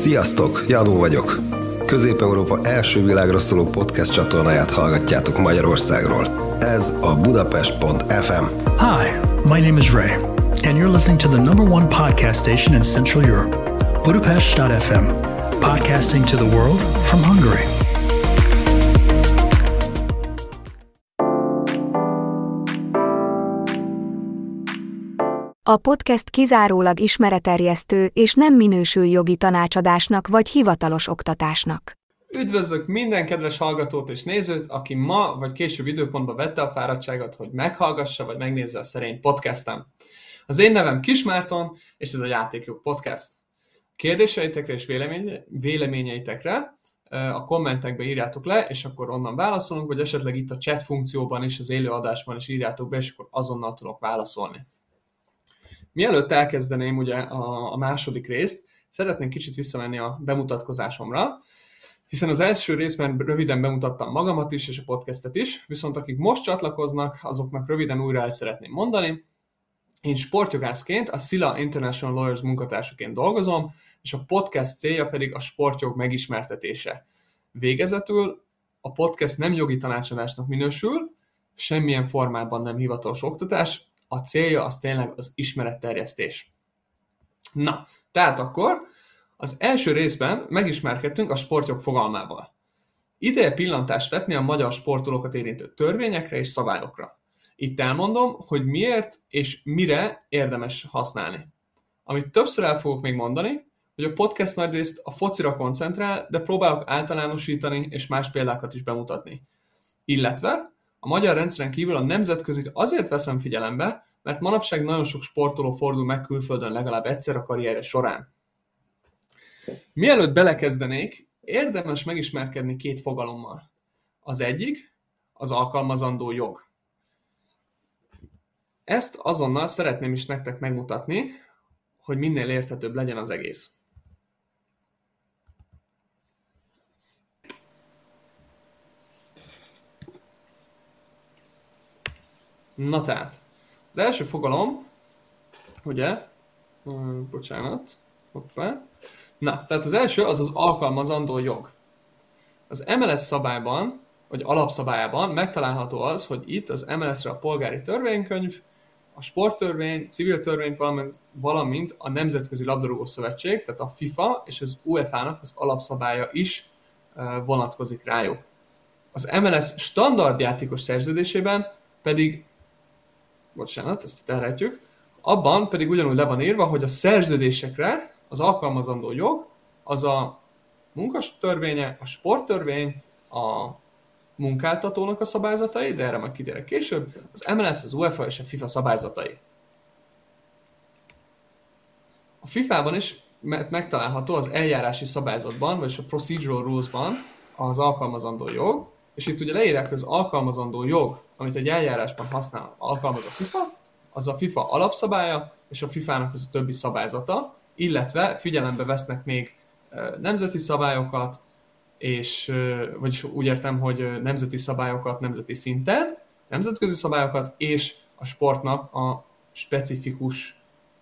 Sziasztok, Jadó vagyok. Közép-Európa első világra szóló podcast csatornáját hallgatjátok Magyarországról. Ez a Budapest.fm. Hi, my name is Ray, and you're listening to the number one podcast station in Central Europe, Budapest.fm, podcasting to the world from Hungary. A podcast kizárólag ismeretterjesztő és nem minősül jogi tanácsadásnak vagy hivatalos oktatásnak. Üdvözlök minden kedves hallgatót és nézőt, aki ma vagy később időpontban vette a fáradtságot, hogy meghallgassa vagy megnézze a szerény podcastem. Az én nevem Kis Márton, és ez a Játékjog Podcast. Kérdéseitekre és véleményeitekre a kommentekbe írjátok le, és akkor onnan válaszolunk, vagy esetleg itt a chat funkcióban is, az élő adásban is írjátok be, és akkor azonnal tudok válaszolni. Mielőtt elkezdeném ugye a második részt, szeretnék kicsit visszamenni a bemutatkozásomra, hiszen az első részben röviden bemutattam magamat is, és a podcastet is, viszont akik most csatlakoznak, azoknak röviden újra el szeretném mondani. Én sportjogászként, a Sila International Lawyers munkatársaként dolgozom, és a podcast célja pedig a sportjog megismertetése. Végezetül a podcast nem jogi tanácsadásnak minősül, semmilyen formában nem hivatalos oktatás, a célja az tényleg az ismeretterjesztés. Na, tehát akkor az első részben megismerkedtünk a sportjog fogalmával. Ideje pillantást vetni a magyar sportolókat érintő törvényekre és szabályokra. Itt elmondom, hogy miért és mire érdemes használni. Amit többször el fogok még mondani, hogy a podcast nagyrészt a focira koncentrál, de próbálok általánosítani és más példákat is bemutatni. Illetve a magyar rendszeren kívül a nemzetközit azért veszem figyelembe, mert manapság nagyon sok sportoló fordul meg külföldön legalább egyszer a karrierje során. Mielőtt belekezdenék, érdemes megismerkedni két fogalommal. Az egyik az alkalmazandó jog. Ezt azonnal szeretném is nektek megmutatni, hogy minél érthetőbb legyen az egész. Na tehát, az első fogalom, ugye, bocsánat, hoppá. Na, tehát az első az az alkalmazandó jog. Az MLS szabályban, vagy alapszabályában megtalálható az, hogy itt az MLS-re a polgári törvénykönyv, a sporttörvény, civil törvény, valamint a Nemzetközi Labdarúgó Szövetség, tehát a FIFA és az UEFA-nak az alapszabálya is vonatkozik rájuk. Az MLS standardjátékos szerződésében pedig, bocsánat, ezt elrejtjük, abban pedig ugyanúgy le van írva, hogy a szerződésekre az alkalmazandó jog az a munkatörvénye, a sporttörvény, a munkáltatónak a szabályzatai, de erre majd kitérek később, az MLS, az UEFA és a FIFA szabályzatai. A FIFA-ban is megtalálható az eljárási szabályzatban, vagyis a procedural rules-ban az alkalmazandó jog, és itt ugye leírják, hogy az alkalmazandó jog, amit egy eljárásban alkalmaz a FIFA, az a FIFA alapszabálya, és a FIFA-nak az a többi szabályzata, illetve figyelembe vesznek még nemzeti szabályokat, és, vagyis úgy értem, hogy nemzeti szabályokat nemzeti szinten, nemzetközi szabályokat, és a sportnak a specifikus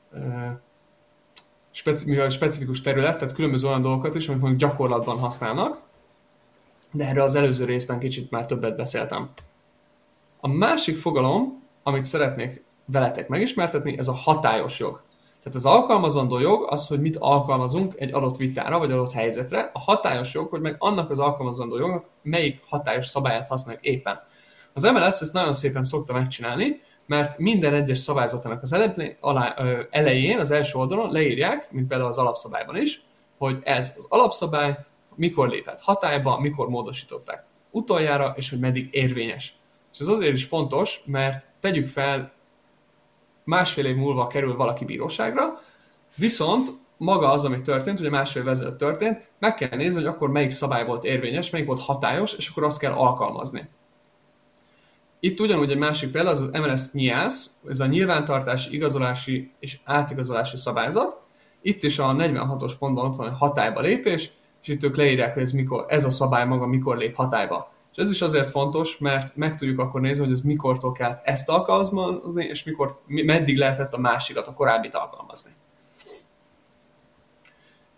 terület, tehát különböző olyan dolgokat is, amit mondjuk gyakorlatban használnak, de erről az előző részben kicsit már többet beszéltem. A másik fogalom, amit szeretnék veletek megismertetni, ez a hatályos jog. Tehát az alkalmazandó jog az, hogy mit alkalmazunk egy adott vitára, vagy adott helyzetre. A hatályos jog, hogy meg annak az alkalmazandó jognak melyik hatályos szabályát használjuk éppen. Az MLS ezt nagyon szépen szokta megcsinálni, mert minden egyes szabályzatának az elején, az első oldalon leírják, mint például az alapszabályban is, hogy ez az alapszabály mikor lépett hatályba, mikor módosították utoljára, és hogy meddig érvényes. És ez azért is fontos, mert tegyük fel, másfél év múlva kerül valaki bíróságra, viszont maga az, ami történt, ugye másfél évvel ezelőtt történt, meg kell nézni, hogy akkor melyik szabály volt érvényes, melyik volt hatályos, és akkor azt kell alkalmazni. Itt ugyanúgy egy másik példa, az MLS NIAS, ez a nyilvántartási, igazolási és átigazolási szabályzat. Itt is a 46-os pontban ott van a hatályba lépés, és itt ők leírják, hogy ez a szabály maga mikor lép hatályba. És ez is azért fontos, mert meg tudjuk akkor nézni, hogy ez mikortól kell ezt alkalmazni, és meddig lehetett a másikat, a korábbit alkalmazni.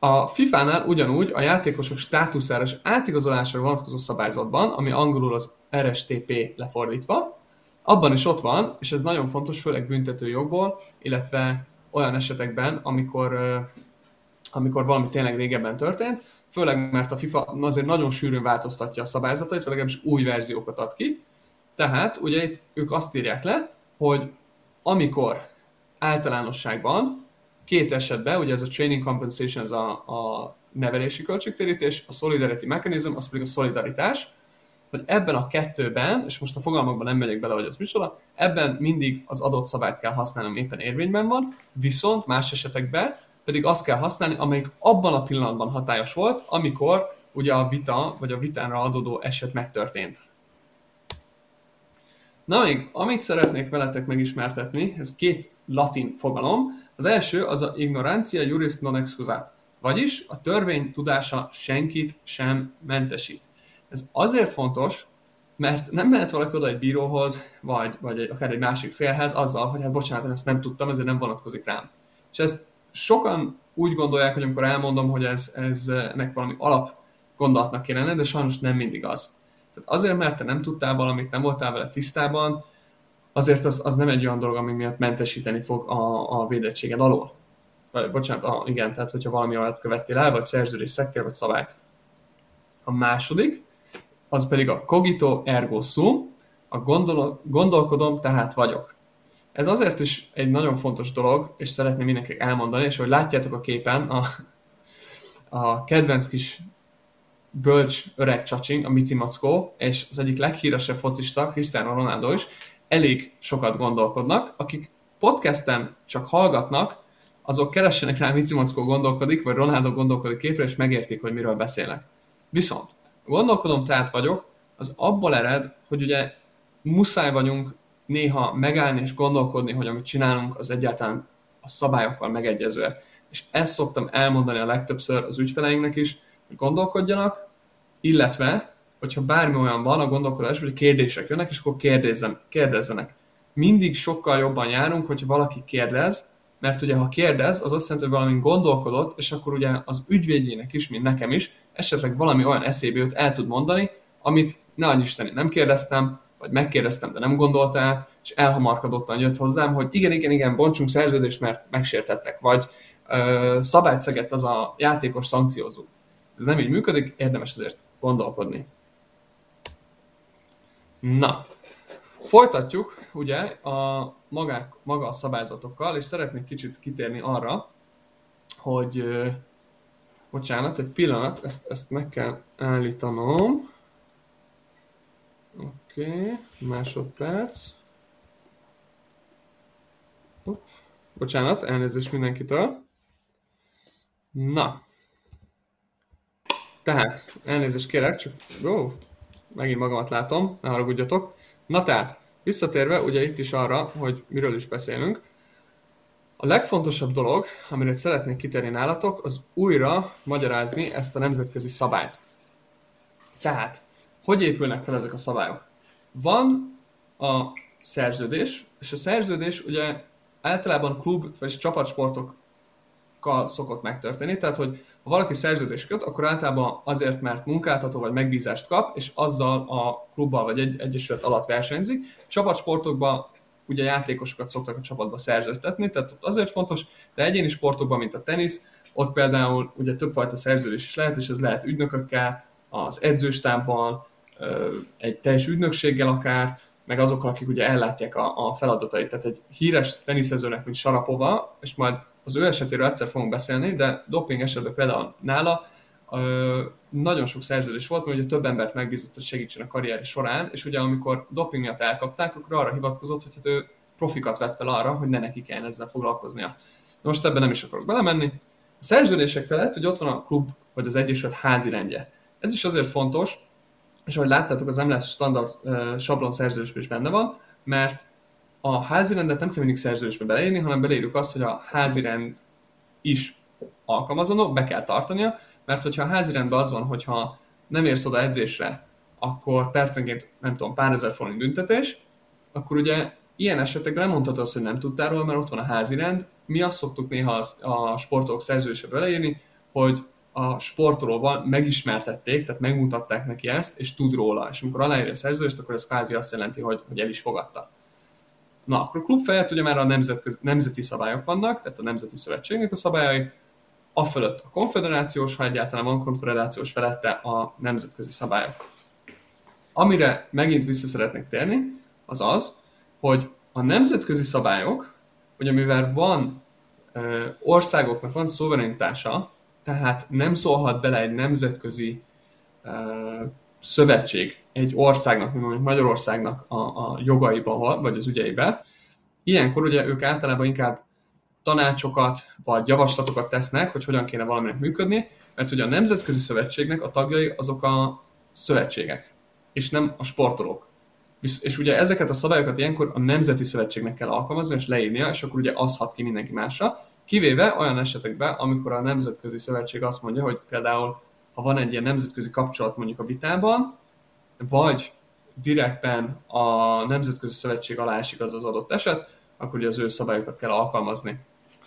A FIFA-nál ugyanúgy a játékosok státuszára és átigazolásra vonatkozó szabályzatban, ami angolul az RSTP lefordítva, abban is ott van, és ez nagyon fontos, főleg büntető jogból, illetve olyan esetekben, amikor valami tényleg régebben történt, főleg mert a FIFA azért nagyon sűrűn változtatja a szabályzatait, vagy legalábbis új verziókat ad ki. Tehát ugye itt ők azt írják le, hogy amikor általánosságban két esetben, ugye ez a training compensation, ez a nevelési költségtérítés, a solidarity mechanism, az pedig a szolidaritás, hogy ebben a kettőben, és most a fogalmakban nem megyek bele, hogy az micsoda, ebben mindig az adott szabályt kell használni, ami éppen érvényben van, viszont más esetekben pedig azt kell használni, amelyik abban a pillanatban hatályos volt, amikor ugye a vita, vagy a vitánra adódó eset megtörtént. Na még, amit szeretnék veletek megismertetni, ez két latin fogalom. Az első az a ignorantia juris non excusat, vagyis a törvény tudása senkit sem mentesít. Ez azért fontos, mert nem mehet valaki oda egy bíróhoz, vagy akár egy másik félhez azzal, hogy hát bocsánat, én ezt nem tudtam, ezért nem vonatkozik rám. És ezt sokan úgy gondolják, hogy amikor elmondom, hogy ennek valami alapgondolatnak kéne lenni, de sajnos nem mindig az. Tehát azért, mert te nem tudtál valamit, nem voltál vele tisztában, azért az nem egy olyan dolog, ami miatt mentesíteni fog a védettséged alól. Bocsánat, igen, tehát hogyha valami olyat követtél el, vagy szerződést szektél, vagy szabályt. A második, az pedig a cogito ergo sum, a gondolkodom, tehát vagyok. Ez azért is egy nagyon fontos dolog, és szeretném mindenkinek elmondani, és ahogy látjátok a képen, a kedvenc kis bölcs öreg csacsing, a Mici Mackó, és az egyik leghíresebb focista, Cristiano Ronaldo is, elég sokat gondolkodnak. Akik podcasten csak hallgatnak, azok keressenek rá, Mici Mackó gondolkodik, vagy Ronaldo gondolkodik képre, és megértik, hogy miről beszélek. Viszont a gondolkodom, tehát vagyok, az abból ered, hogy ugye muszáj vagyunk néha megállni és gondolkodni, hogy amit csinálunk, az egyáltalán a szabályokkal megegyező. És ezt szoktam elmondani a legtöbbször az ügyfeleinknek is, hogy gondolkodjanak, illetve, hogyha bármi olyan van a gondolkodás, hogy kérdések jönnek, és akkor kérdezzenek. Mindig sokkal jobban járunk, hogyha valaki kérdez, mert ugye ha kérdez, az azt jelenti, hogy valamin gondolkodott, és akkor ugye az ügyvédjének is, mint nekem is, esetleg valami olyan eszébe jut, el tud mondani, amit ne adj Isteni, nem kérdeztem, vagy megkérdeztem, de nem gondolta át, és elhamarkodottan jött hozzám, hogy igen, bontsunk szerződést, mert megsértettek, vagy szabályt szegett az a játékos szankciózó. Ez nem így működik, érdemes azért gondolkodni. Na, folytatjuk ugye maga a szabályzatokkal, és szeretnék kicsit kitérni arra, hogy bocsánat, egy pillanat, ezt meg kell állítanom. Oké, másodperc. Bocsánat, elnézést mindenkitől. Na. Tehát, elnézést kérek, csak megint magamat látom, ne haragudjatok. Na tehát, visszatérve ugye itt is arra, hogy miről is beszélünk. A legfontosabb dolog, amire szeretnék kitérni nálatok, az újra magyarázni ezt a nemzetközi szabályt. Tehát, hogy épülnek fel ezek a szabályok? Van a szerződés, és a szerződés ugye általában klub vagy csapatsportokkal szokott megtörténni, tehát hogy ha valaki szerződést köt, akkor általában azért, mert munkáltató vagy megbízást kap, és azzal a klubbal vagy egyesület alatt versenyzik. Csapatsportokban ugye játékosokat szoktak a csapatba szerződtetni, tehát ott azért fontos, de egyéni sportokban, mint a tenisz, ott például ugye többfajta szerződés is lehet, és ez lehet ügynökökkel, az edzőstábbal, egy teljes ügynökséggel akár, meg azokkal, akik ugye ellátják a feladatait. Tehát egy híres teniszezőnek, mint Sarapova, és majd az ő esetéről egyszer fogunk beszélni, de doping esetben például nála nagyon sok szerződés volt, mert ugye több embert megbízott, hogy segítsen a karrieri során, és ugye amikor doping miatt elkapták, akkor arra hivatkozott, hogy hát ő profikat vett fel arra, hogy ne neki kelljen ezzel foglalkoznia. De most ebben nem is akarok belemenni. A szerződések felett, hogy ott van a klub vagy az egyesület házirendje. Ez is azért fontos, és ahogy láttátok, az MLS standard sablon szerződésben is benne van, mert a házirendet nem kell mindig szerződésbe beleírni, hanem beleírjuk azt, hogy a házirend is alkalmazandó, be kell tartania, mert hogyha a házirendben az van, hogyha nem érsz oda edzésre, akkor percenként, nem tudom, pár ezer forint büntetés, akkor ugye ilyen esetekben nem mondhatod azt, hogy nem tudtál róla, mert ott van a házirend. Mi azt szoktuk néha a sportolók szerződésbe beleírni, hogy a sportolóval megismertették, tehát megmutatták neki ezt, és tud róla. És amikor aláírja a szerződést, akkor ez kvázi azt jelenti, hogy el is fogadta. Na, akkor a klub felett ugye már a nemzeti szabályok vannak, tehát a nemzeti szövetségnek a szabályai, afölött a konfederációs, ha egyáltalán van konfederációs, felette a nemzetközi szabályok. Amire megint vissza szeretnék térni, az az, hogy a nemzetközi szabályok, ugye mivel van országoknak van szuverenitása, tehát nem szólhat bele egy nemzetközi szövetség egy országnak, mint mondjuk Magyarországnak a jogaiba, vagy az ügyeibe. Ilyenkor ugye ők általában inkább tanácsokat, vagy javaslatokat tesznek, hogy hogyan kéne valaminek működni, mert ugye a nemzetközi szövetségnek a tagjai azok a szövetségek, és nem a sportolók. És ugye ezeket a szabályokat ilyenkor a nemzeti szövetségnek kell alkalmazni, és leírnia, és akkor ugye az hat ki mindenki másra, kivéve olyan esetekben, amikor a nemzetközi szövetség azt mondja, hogy például, ha van egy ilyen nemzetközi kapcsolat mondjuk a vitában, vagy direktben a nemzetközi szövetség alá esik az adott eset, akkor ugye az ő szabályokat kell alkalmazni.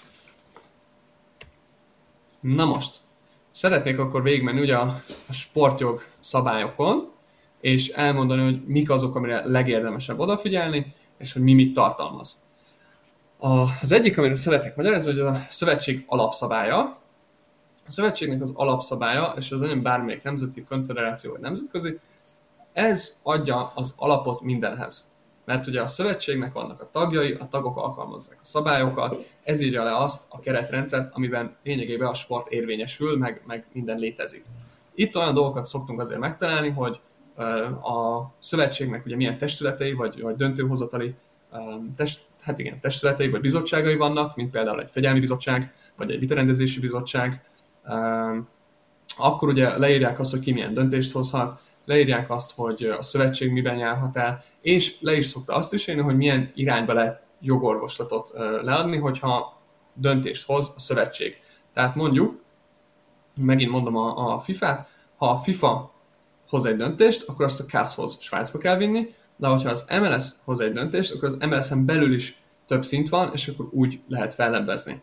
Na most, szeretnék akkor végigmenni ugye a sportjog szabályokon, és elmondani, hogy mik azok, amire legérdemesebb odafigyelni, és hogy mi mit tartalmaz. Az egyik, amire szeretnék magyarázni, hogy a szövetség alapszabálya. A szövetségnek az alapszabálya, és az nem bármelyik nemzeti konfederáció vagy nemzetközi, ez adja az alapot mindenhez. Mert ugye a szövetségnek vannak a tagjai, a tagok alkalmazzák a szabályokat, ez írja le azt a keretrendszert, amiben lényegében a sport érvényesül, meg minden létezik. Itt olyan dolgokat szoktunk azért megtalálni, hogy a szövetségnek ugye milyen testületei, vagy döntőhozatali testületei, vagy bizottságai vannak, mint például egy fegyelmi bizottság, vagy egy vitarendezési bizottság. Akkor ugye leírják azt, hogy ki milyen döntést hozhat, leírják azt, hogy a szövetség miben járhat el, és le is szokta azt is írni, hogy milyen irányba lehet jogorvoslatot leadni, hogyha döntést hoz a szövetség. Tehát mondjuk, megint mondom a FIFA-t, ha a FIFA hoz egy döntést, akkor azt a CAS-hoz Svájcba kell vinni, de ha az MLS hoz egy döntést, akkor az MLS-en belül is több szint van, és akkor úgy lehet fellebbezni.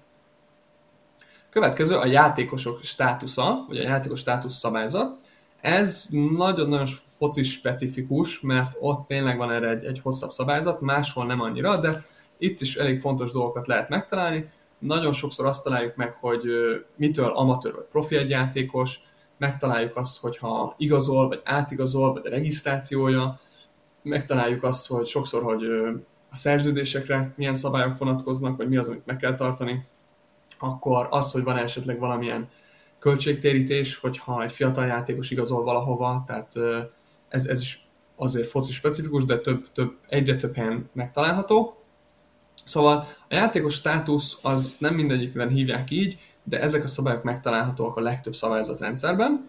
Következő a játékosok státusza, vagy a játékos státusz szabályzat. Ez nagyon-nagyon foci specifikus, mert ott tényleg van erre egy hosszabb szabályzat, máshol nem annyira, de itt is elég fontos dolgokat lehet megtalálni. Nagyon sokszor azt találjuk meg, hogy mitől amatőr vagy profi egy játékos, megtaláljuk azt, hogyha igazol, vagy átigazol, vagy a regisztrációja, megtaláljuk azt, hogy sokszor, hogy a szerződésekre milyen szabályok vonatkoznak, vagy mi az, amit meg kell tartani, akkor az, hogy van esetleg valamilyen költségtérítés, hogyha egy fiatal játékos igazol valahova, tehát ez is azért foci specifikus, de egyre több helyen megtalálható. Szóval a játékos státusz az nem mindegyikben hívják így, de ezek a szabályok megtalálhatóak a legtöbb szabályzatrendszerben.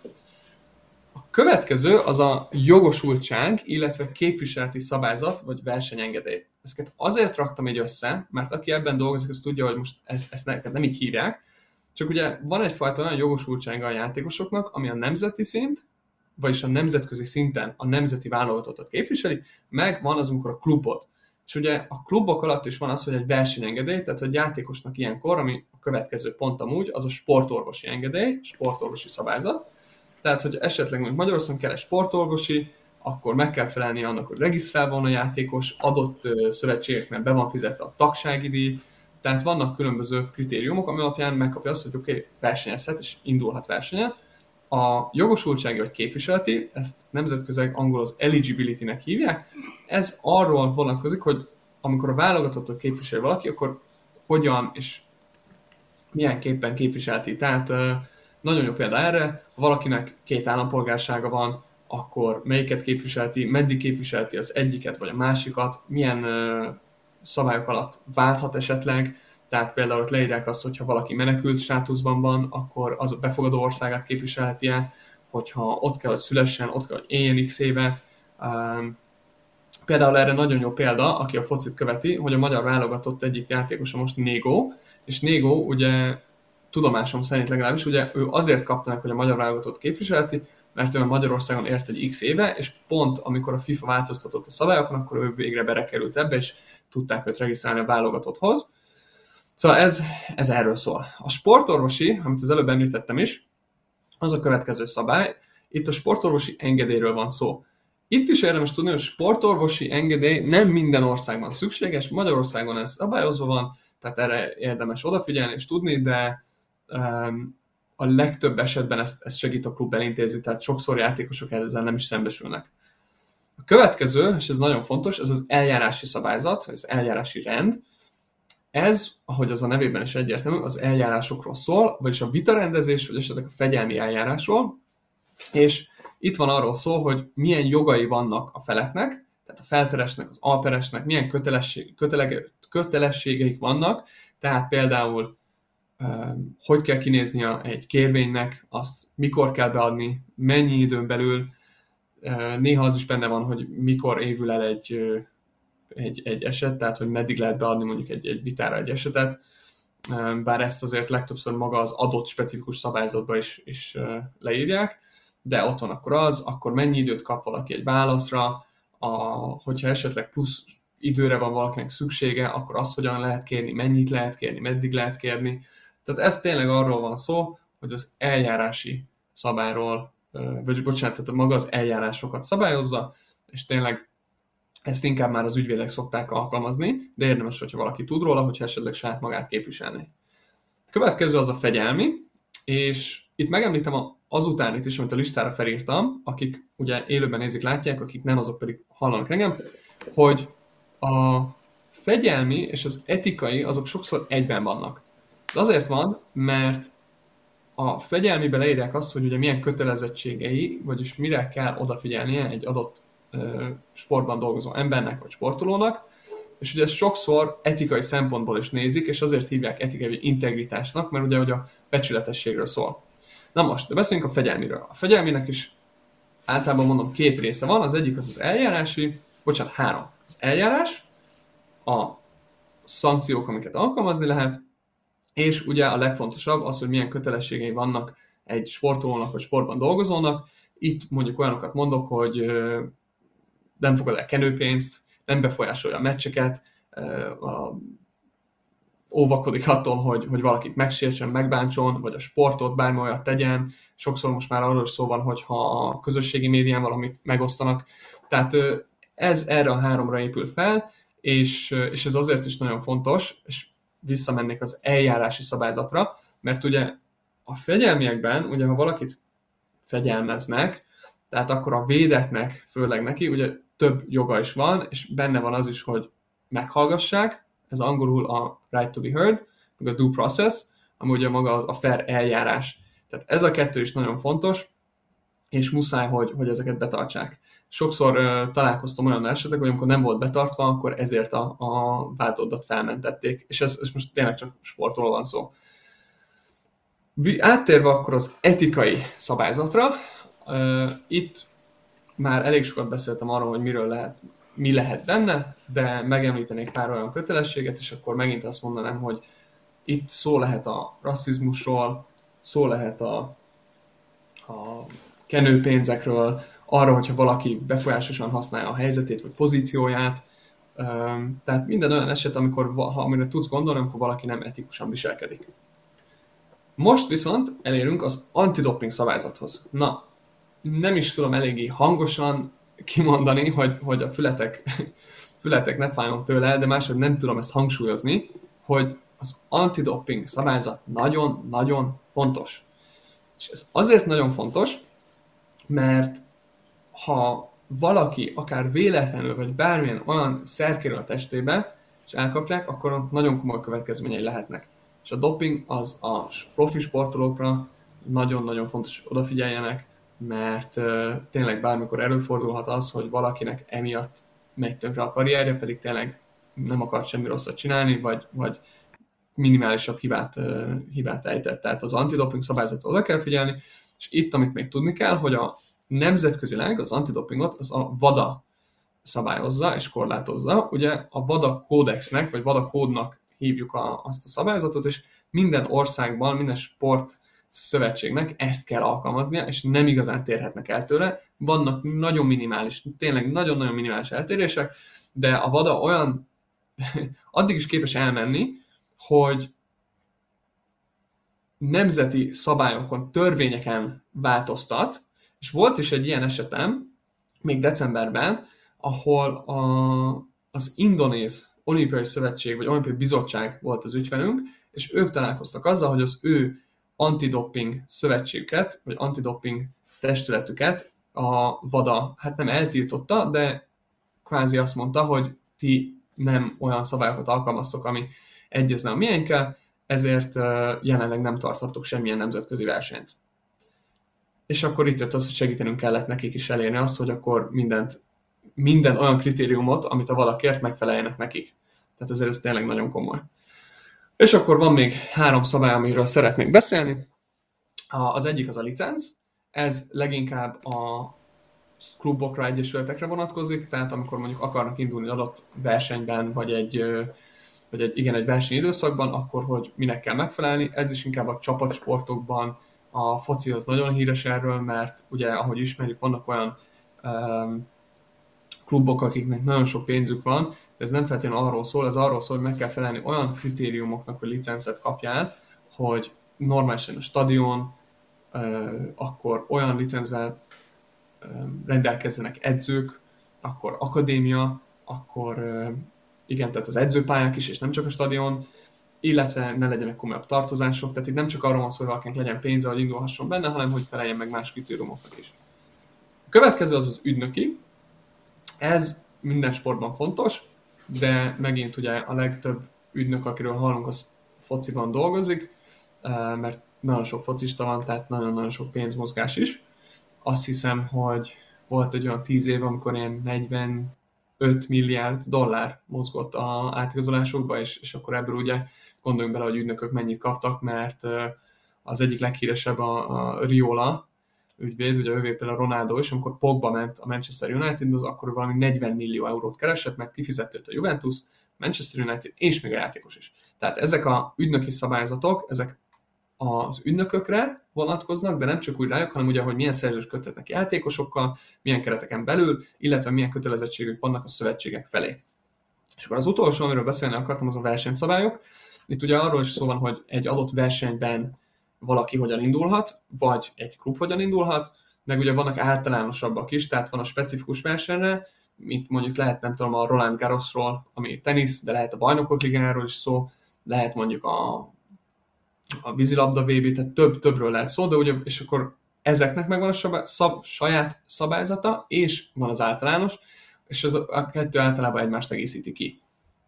A következő az a jogosultság, illetve képviseleti szabályzat, vagy versenyengedély. Ezeket azért raktam így össze, mert aki ebben dolgozik, az tudja, hogy most ezt nem így hívják, csak ugye van egyfajta olyan jogosultsága a játékosoknak, ami a nemzeti szint, vagyis a nemzetközi szinten a nemzeti válogatottat képviseli, meg van az, amikor a klubot. És ugye a klubok alatt is van az, hogy egy versenyengedély, tehát hogy játékosnak ilyenkor, ami a következő pont amúgy, az a sportorvosi engedély, sportorvosi szabályzat. Tehát, hogy esetleg mondjuk Magyarországon kell egy sportorvosi, akkor meg kell felelni annak, hogy regisztrálva van a játékos, adott szövetségeknek be van fizetve a tagsági díj, tehát vannak különböző kritériumok, ami alapján megkapja azt, hogy oké, versenyezhet és indulhat versenyen. A jogosultsági vagy képviseleti, ezt nemzetközileg angol az eligibility-nek hívják, ez arról vonatkozik, hogy amikor a válogatottat képviseli valaki, akkor hogyan és milyenképpen képviselti. Tehát nagyon jó példa erre, ha valakinek 2 állampolgársága van, akkor melyiket képviselti, meddig képviselti az egyiket vagy a másikat, milyen szabályok alatt válthat esetleg, tehát például ott leírják azt, hogyha valaki menekült státuszban van, akkor az a befogadó országát képviselheti-e, hogyha ott kell, hogy szülessen, ott kell, hogy éljen x évet. Például erre nagyon jó példa, aki a focit követi, hogy a magyar válogatott egyik játékosa most Négó, és Négó ugye tudomásom szerint legalábbis, ugye ő azért kapta meg, hogy a magyar válogatott képviselheti, mert ő Magyarországon ért egy x éve, és pont amikor a FIFA változtatott a szabályokon, akkor ő végre berekerült ebbe, és tudták őt regisztrálni a válogatotthoz. Szóval ez erről szól. A sportorvosi, amit az előbb említettem is, az a következő szabály. Itt a sportorvosi engedélyről van szó. Itt is érdemes tudni, hogy sportorvosi engedély nem minden országban szükséges, Magyarországon ez szabályozva van, tehát erre érdemes odafigyelni és tudni, de a legtöbb esetben ezt segít a klub elintézni, tehát sokszor játékosok ezzel nem is szembesülnek. A következő, és ez nagyon fontos, ez az eljárási szabályzat, vagy az eljárási rend. Ez, ahogy az a nevében is egyértelmű, az eljárásokról szól, vagyis a vitarendezés, vagy esetleg a fegyelmi eljárásról, és itt van arról szó, hogy milyen jogai vannak a feleknek, tehát a felperesnek, az alperesnek, milyen kötelességeik vannak, tehát például hogy kell kinéznie egy kérvénynek, azt mikor kell beadni, mennyi időn belül, néha az is benne van, hogy mikor évül el egy eset, tehát hogy meddig lehet beadni mondjuk egy vitára egy esetet, bár ezt azért legtöbbször maga az adott specifikus szabályzatban is leírják, de ott van akkor mennyi időt kap valaki egy válaszra, hogyha esetleg plusz időre van valakinek szüksége, akkor azt hogyan lehet kérni, mennyit lehet kérni, meddig lehet kérni. Tehát ez tényleg arról van szó, hogy az eljárási szabályról, tehát maga az eljárásokat szabályozza, és tényleg ezt inkább már az ügyvédek szokták alkalmazni, de érdemes, hogyha valaki tud róla, hogyha esetleg saját magát képviselni. A következő az a fegyelmi, és itt megemlítem azutánit is, amit a listára felírtam, akik ugye élőben nézik, látják, akik nem, azok pedig hallanak engem, hogy a fegyelmi és az etikai azok sokszor egyben vannak. Ez azért van, mert a fegyelmiben leírják azt, hogy ugye milyen kötelezettségei, vagyis mire kell odafigyelnie egy adott sportban dolgozó embernek vagy sportolónak, és ugye ezt sokszor etikai szempontból is nézik, és azért hívják etikai integritásnak, mert ugye a becsületességről szól. Na most, de beszéljünk a fegyelmiről. A fegyelminek is általában mondom 2 része van, az egyik az eljárási, 3. Az eljárás, a szankciók, amiket alkalmazni lehet, és ugye a legfontosabb az, hogy milyen kötelességei vannak egy sportolónak vagy sportban dolgozónak. Itt mondjuk olyanokat mondok, hogy nem fogad el kenőpénzt, nem befolyásolja a meccseket, óvakodik attól, hogy valakit megsértsen, megbántson, vagy a sportot bármi olyat tegyen. Sokszor most már arról is szó van, hogy ha a közösségi médián valamit megosztanak. Tehát ez erre a 3-ra épül fel, és ez azért is nagyon fontos, és visszamennék az eljárási szabályzatra, mert ugye a fegyelmiekben, ugye ha valakit fegyelmeznek, tehát akkor a védettnek, főleg neki, ugye több joga is van, és benne van az is, hogy meghallgassák, ez angolul a right to be heard, meg a due process, ami ugye maga a fair eljárás. Tehát ez a 2 is nagyon fontos, és muszáj, hogy ezeket betartsák. Sokszor találkoztam olyan esetek, hogy amikor nem volt betartva, akkor ezért a vádlottat felmentették, és ez most tényleg csak sportról van szó. Áttérve akkor az etikai szabályzatra, itt már elég sokat beszéltem arról, hogy mi lehet benne, de megemlítenék pár olyan kötelességet, és akkor megint azt mondanám, hogy itt szó lehet a rasszizmusról, szó lehet a kenőpénzekről, arra, hogyha valaki befolyásosan használja a helyzetét vagy pozícióját. Tehát minden olyan eset, amire tudsz gondolni, amikor valaki nem etikusan viselkedik. Most viszont elérünk az antidoping szabályzathoz. Na, nem is tudom eléggé hangosan kimondani, hogy a fületek ne fájjon tőle, de máshogy nem tudom ezt hangsúlyozni, hogy az antidoping szabályzat nagyon-nagyon fontos. És ez azért nagyon fontos, mert ha valaki akár véletlenül, vagy bármilyen olyan szer kerül a testébe, és elkapják, akkor nagyon komoly következményei lehetnek. És a doping az a profi sportolókra nagyon-nagyon fontos, hogy odafigyeljenek, mert tényleg bármikor előfordulhat az, hogy valakinek emiatt megy tönkre a karrierje, pedig tényleg nem akart semmi rosszat csinálni, vagy minimálisabb hibát ejtett. Tehát az antidoping szabályzatra oda kell figyelni, és itt, amit még tudni kell, hogy a nemzetközileg az antidopingot az a WADA szabályozza és korlátozza. Ugye a WADA kódexnek, vagy WADA kódnak hívjuk azt a szabályzatot, és minden országban, minden sport szövetségnek ezt kell alkalmaznia, és nem igazán térhetnek el tőle. Vannak nagyon minimális, tényleg nagyon-nagyon minimális eltérések, de a WADA olyan addig is képes elmenni, hogy nemzeti szabályokon, törvényeken változtat, és volt is egy ilyen esetem, még decemberben, ahol az Indonéz Olimpiai Szövetség, vagy Olimpiai Bizottság volt az ügyfelünk, és ők találkoztak azzal, hogy az ő antidoping szövetségüket, vagy antidoping testületüket a VADA, hát nem eltiltotta, de kvázi azt mondta, hogy ti nem olyan szabályokat alkalmaztok, ami egyezne a miénkkel, ezért jelenleg nem tarthattok semmilyen nemzetközi versenyt. És akkor itt jött az, hogy segítenünk kellett nekik is elérni azt, hogy akkor minden olyan kritériumot, amit a VADA kért, megfeleljenek nekik. Tehát ezért ez tényleg nagyon komoly. És akkor van még 3 szabály, amiről szeretnék beszélni. Az egyik az a licenc. Ez leginkább a klubokra, egyesületekre vonatkozik, tehát amikor mondjuk akarnak indulni adott versenyben, vagy egy versenyidőszakban, akkor hogy minek kell megfelelni. Ez is inkább a csapatsportokban, a foci az nagyon híres erről, mert ugye, ahogy ismerjük, vannak olyan klubok, akiknek nagyon sok pénzük van, de ez nem feltétlenül arról szól, ez arról szól, hogy meg kell felelni olyan kritériumoknak, hogy licencet kapjál, hogy normálisan a stadion, akkor olyan licenccel rendelkezzenek edzők, akkor akadémia, akkor igen, tehát az edzőpályák is, és nem csak a stadion, illetve ne legyenek komolyabb tartozások, tehát itt nem csak arról van szó, hogy valakinek legyen pénze, hogy indulhasson benne, hanem hogy feleljen meg más kritériumoknak is. A következő az az ügynöki. Ez minden sportban fontos, de megint ugye a legtöbb ügynök, akiről hallunk, az fociban dolgozik, mert nagyon sok focista van, tehát nagyon-nagyon sok pénzmozgás is. Azt hiszem, hogy volt egy olyan 10 év, amikor ilyen 45 milliárd dollár mozgott az átigazolásokba, és akkor ebből ugye gondoljunk bele, hogy ügynökök mennyit kaptak, mert az egyik leghíresebb a Riola ügyvéd, ugye ővé például Ronaldo is, amikor Pogba ment a Manchester Unitedhoz, akkor valami 40 millió eurót keresett, mert kifizett a Juventus, Manchester United és még a játékos is. Tehát ezek a ügynöki szabályzatok, ezek az ügynökökre vonatkoznak, de nem csak úgy rájuk, hanem ugye, hogy milyen szerződést köthetnek játékosokkal, milyen kereteken belül, illetve milyen kötelezettségek vannak a szövetségek felé. És akkor az utolsó, amiről beszélni akartam, az a versenyszabályok. Itt ugye arról is szó van, hogy egy adott versenyben valaki hogyan indulhat, vagy egy klub hogyan indulhat, meg ugye vannak általánosabbak is, tehát van a specifikus versenyre, mint mondjuk lehet, nem tudom, a Roland Garrosról, ami tenisz, de lehet a Bajnokok Ligájáról is szó, lehet mondjuk a vízilabda VB, tehát többről lehet szó, de ugye, és akkor ezeknek megvan a saját szabályzata, és van az általános, és a kettő általában egymást egészíti ki.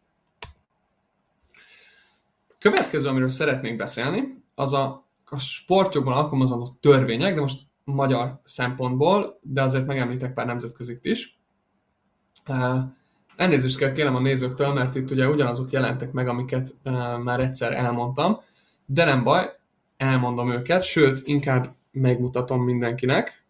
Következő, amiről szeretnék beszélni, az a sportjogban alkalmazandó törvények, de most magyar szempontból, de azért megemlítek pár nemzetközit is. Elnézést kell kérnem a nézőktől, mert itt ugye ugyanazok jelentek meg, amiket már egyszer elmondtam, de nem baj, elmondom őket, sőt, inkább megmutatom mindenkinek.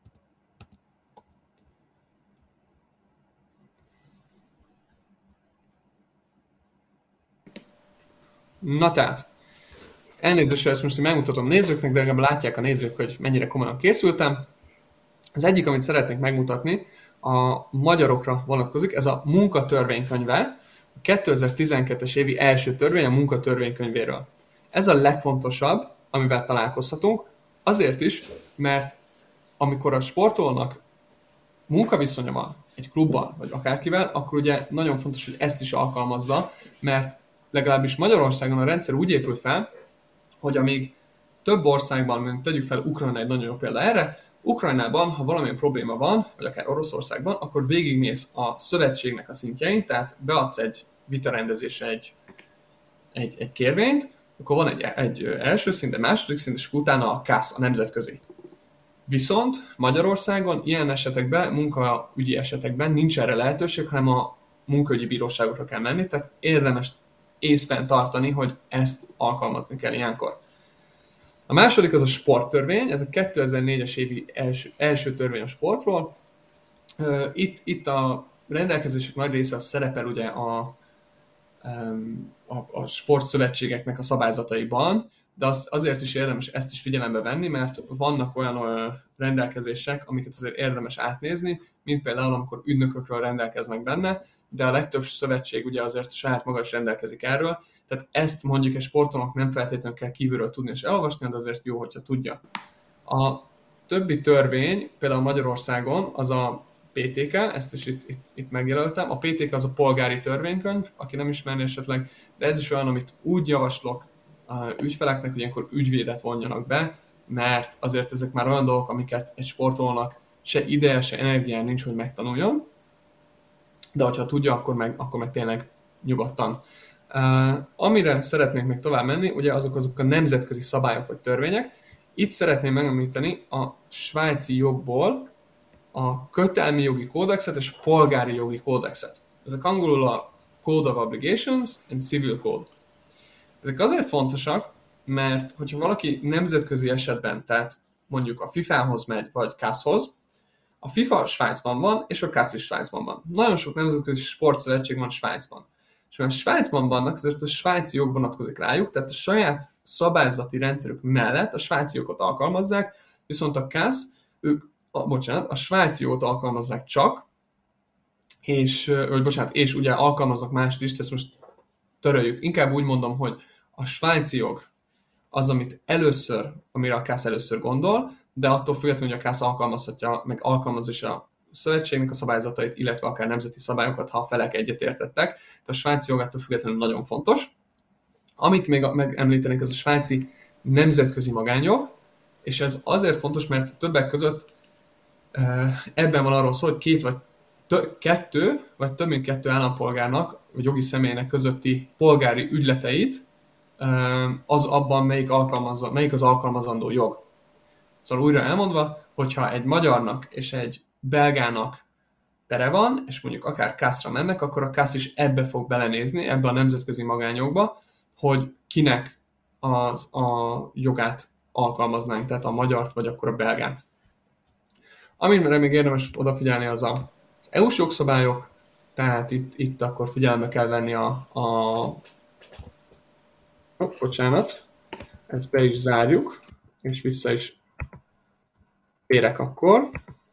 Na tehát, elnézést, hogy ezt most megmutatom nézőknek, de legalább látják a nézők, hogy mennyire komolyan készültem. Az egyik, amit szeretnék megmutatni, a magyarokra vonatkozik, ez a munkatörvénykönyve, a 2012-es évi első törvény a munkatörvénykönyvéről. Ez a legfontosabb, amivel találkozhatunk, azért is, mert amikor a sportolónak munkaviszonya van egy klubban, vagy akárkivel, akkor ugye nagyon fontos, hogy ezt is alkalmazza, mert legalábbis Magyarországon a rendszer úgy épül fel, hogy amíg több országban, mint tegyük fel Ukrajna egy nagyon jó példa erre, Ukrajnában, ha valamilyen probléma van, vagy akár Oroszországban, akkor végigmész a szövetségnek a szintjein, tehát beadsz egy vitarendezésre egy kérvényt, akkor van egy első szint, egy második szint, és utána a KASZ, a nemzetközi. Viszont Magyarországon ilyen esetekben, munkaügyi esetekben nincs erre lehetőség, hanem a munkaügyi bíróságokra kell menni, tehát érdemes észben tartani, hogy ezt alkalmazni kell ilyenkor. A második az a sporttörvény, ez a 2004-es évi első törvény a sportról. Itt a rendelkezések nagy része szerepel ugye a sportszövetségeknek a szabályzataiban, de azért is érdemes ezt is figyelembe venni, mert vannak olyan rendelkezések, amiket azért érdemes átnézni, mint például amikor ügynökökről rendelkeznek benne, de a legtöbb szövetség ugye azért saját maga is rendelkezik erről, Tehát ezt mondjuk egy sportolónak nem feltétlenül kell kívülről tudni és elolvasni, de azért jó, hogyha tudja. A többi törvény, például Magyarországon, az a PTK, ezt is itt megjelöltem. A PTK az a polgári törvénykönyv, aki nem ismerni esetleg, de ez is olyan, amit úgy javaslok ügyfeleknek, hogy ilyenkor ügyvédet vonjanak be, mert azért ezek már olyan dolgok, amiket egy sportolónak se ideje, se energián nincs, hogy megtanuljon, de hogyha tudja, akkor meg tényleg nyugodtan. Amire szeretnék még tovább menni, ugye azok a nemzetközi szabályok vagy törvények. Itt szeretném megemlíteni a svájci jogból a kötelmi jogi kódexet és a polgári jogi kódexet. Ezek angolul a Code of Obligations and Civil Code. Ezek azért fontosak, mert hogyha valaki nemzetközi esetben, tehát mondjuk a FIFA-hoz megy, vagy CAS-hoz, a FIFA Svájcban van, és a CAS is Svájcban van. Nagyon sok nemzetközi sportszövetség van Svájcban. És mert Svájcban vannak, ezért a svájci jog vonatkozik rájuk, tehát a saját szabályzati rendszerük mellett a svájci jogot alkalmazzák, viszont a CAS, a svájci jogot alkalmazzák csak, és ugye alkalmaznak mást is, ezt most töröljük. Inkább úgy mondom, hogy a svájci jog az, amire a CAS először gondol, de attól függetlenül, hogy a CAS alkalmazhatja, meg alkalmaz is a szövetségnek a szabályzatait, illetve akár nemzeti szabályokat, ha a felek egyetértettek. Tehát a svájci jog attól függetlenül nagyon fontos. Amit még megemlítenék, az a svájci nemzetközi magánjog, és ez azért fontos, mert többek között ebben van arról szó, hogy kettő, vagy több mint kettő állampolgárnak, vagy jogi személynek közötti polgári ügyleteit az abban melyik az alkalmazandó jog. Szóval újra elmondva, hogyha egy magyarnak és egy belgának pere van, és mondjuk akár CAS-ra mennek, akkor a CAS is ebbe fog belenézni, ebbe a nemzetközi magánjogba, hogy kinek a jogát alkalmaznánk, tehát a magyart, vagy akkor a belgát. Amire még érdemes odafigyelni, az EU-s jogszabályok, tehát itt akkor figyelembe kell venni ezt be is zárjuk, és vissza is térek akkor.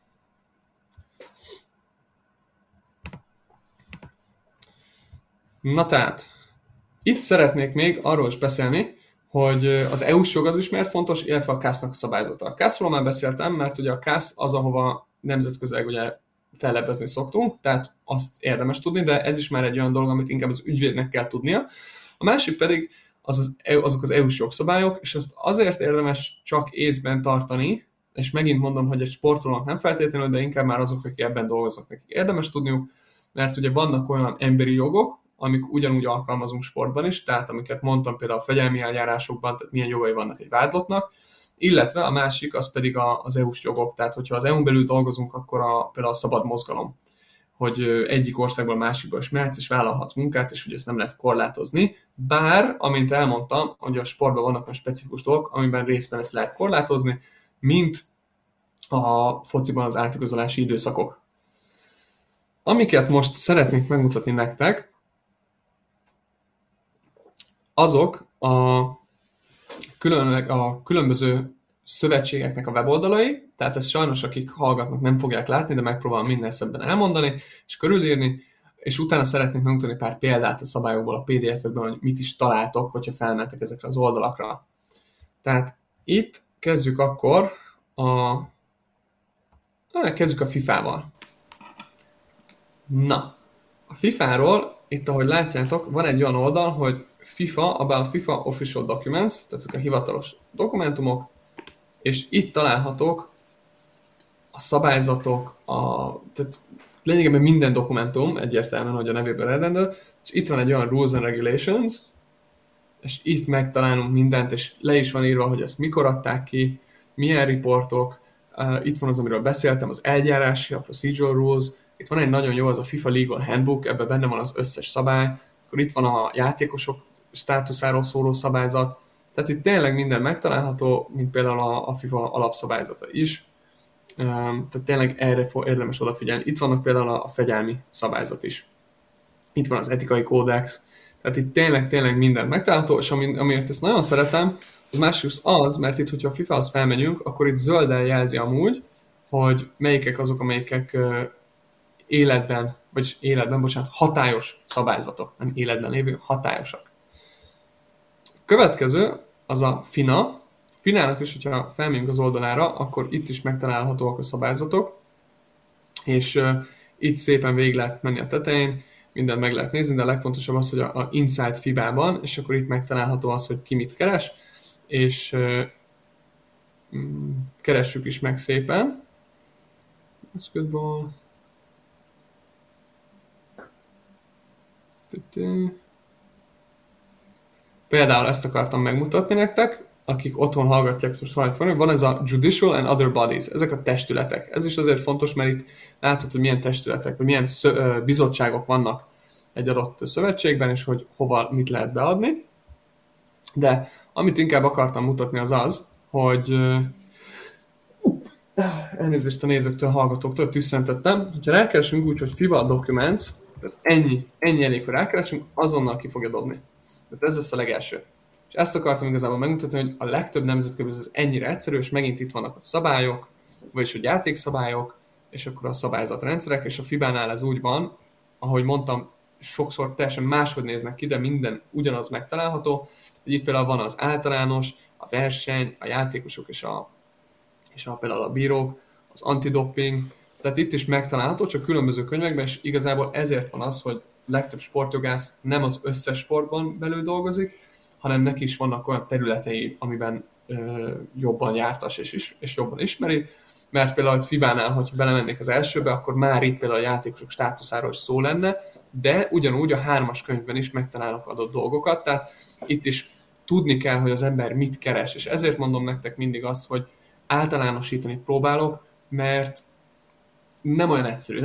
Na tehát, itt szeretnék még arról is beszélni, hogy az EU-s jog az is miért fontos, illetve a CAS-nak a szabályzata. A CAS-ról már beszéltem, mert ugye a CAS az, ahova nemzetközileg ugye fellebbezni szoktunk, tehát azt érdemes tudni, de ez is már egy olyan dolog, amit inkább az ügyvédnek kell tudnia. A másik pedig azok az EU-s jogszabályok, és azt azért érdemes csak észben tartani, és megint mondom, hogy egy sportolónak nem feltétlenül, de inkább már azok, akik ebben dolgoznak, nekik érdemes tudniuk, mert ugye vannak olyan emberi jogok, amik ugyanúgy alkalmazunk sportban is, tehát amiket mondtam például a fegyelmi eljárásokban, tehát milyen jogai vannak egy vádlottnak, illetve a másik az pedig az EU-s jogok, tehát hogyha az EU-n belül dolgozunk, akkor például a szabad mozgalom, hogy egyik országból másikból is mehetsz és vállalhatsz munkát, és ugye ezt nem lehet korlátozni, bár, amint elmondtam, hogy a sportban vannak olyan specifikus dolgok, amiben részben ezt lehet korlátozni, mint a fociban az átigazolási időszakok. Amiket most szeretnék megmutatni nektek, azok a különböző szövetségeknek a weboldalai, tehát ezt sajnos akik hallgatnak nem fogják látni, de megpróbálom minden szebben elmondani és körülírni, és utána szeretnék megmutatni pár példát a szabályokból, a PDF-ekben, hogy mit is találtok, hogyha felmentek ezekre az oldalakra. Tehát itt kezdjük akkor kezdjük a FIFA-val. Na, a FIFA-ról itt, ahogy látjátok, van egy olyan oldal, hogy About FIFA Official Documents, tehát ezek a hivatalos dokumentumok, és itt találhatók a szabályzatok, tehát lényegében minden dokumentum, egyértelműen, hogy a nevéből eredendő, és itt van egy olyan Rules and Regulations, és itt megtalálunk mindent, és le is van írva, hogy ezt mikor adták ki, milyen riportok, itt van az, amiről beszéltem, az eljárási, a Procedural Rules, itt van egy nagyon jó, az a FIFA Legal Handbook, ebben benne van az összes szabály, akkor itt van a játékosok státuszáról szóló szabályzat, tehát itt tényleg minden megtalálható, mint például a FIFA alapszabályzata is, tehát tényleg erre érdemes odafigyelni. Itt vannak például a fegyelmi szabályzat is. Itt van az etikai kódex, tehát itt tényleg minden megtalálható, és amiért ezt nagyon szeretem, az másik az, mert itt, hogyha a FIFA-hoz felmegyünk, akkor itt zölddel jelzi amúgy, hogy melyikek azok, amelyikek hatályos szabályzatok, nem életben lévő, hatályosak. Következő az a FINA. FINA-nak is, hogyha felmegyünk az oldalára, akkor itt is megtalálhatóak a szabályzatok, és itt szépen végig lehet menni a tetején, mindent meg lehet nézni, de a legfontosabb az, hogy a Inside FIBA-ban, és akkor itt megtalálható az, hogy ki mit keres, és keressük is meg szépen. Basketball. Például ezt akartam megmutatni nektek, akik otthon hallgatják, most van ez a Judicial and Other Bodies, ezek a testületek. Ez is azért fontos, mert itt látod, hogy milyen testületek, vagy milyen bizottságok vannak egy adott szövetségben, és hogy hova mit lehet beadni. De amit inkább akartam mutatni az az, hogy elnézést a nézőktől, hallgatóktól, tüsszentettem. Ha rákeresünk úgy, hogy FIBA Documents, tehát ennyi elég, hogy rákeresünk, azonnal ki fogja dobni. Tehát ez lesz a legelső. És ezt akartam igazából megmutatni, hogy a legtöbb nemzetközi ez ennyire egyszerű, és megint itt vannak a szabályok, vagyis hogy játékszabályok, és akkor a szabályzatrendszerek, és a FIBA-nál ez úgy van, ahogy mondtam, sokszor teljesen máshogy néznek ki, de minden ugyanaz megtalálható, hogy itt például van az általános, a verseny, a játékosok és például a bírók, az antidoping, tehát itt is megtalálható, csak különböző könyvekben, és igazából ezért van az, hogy legtöbb sportjogász nem az összes sportban belül dolgozik, hanem neki is vannak olyan területei, amiben jobban jártas és jobban ismeri, mert például a FIBA-nál, hogyha belemennék az elsőbe, akkor már itt például a játékosok státuszáról is szó lenne, de ugyanúgy a 3-as könyvben is megtalálok adott dolgokat, tehát itt is tudni kell, hogy az ember mit keres, és ezért mondom nektek mindig azt, hogy általánosítani próbálok, mert nem olyan egyszerű,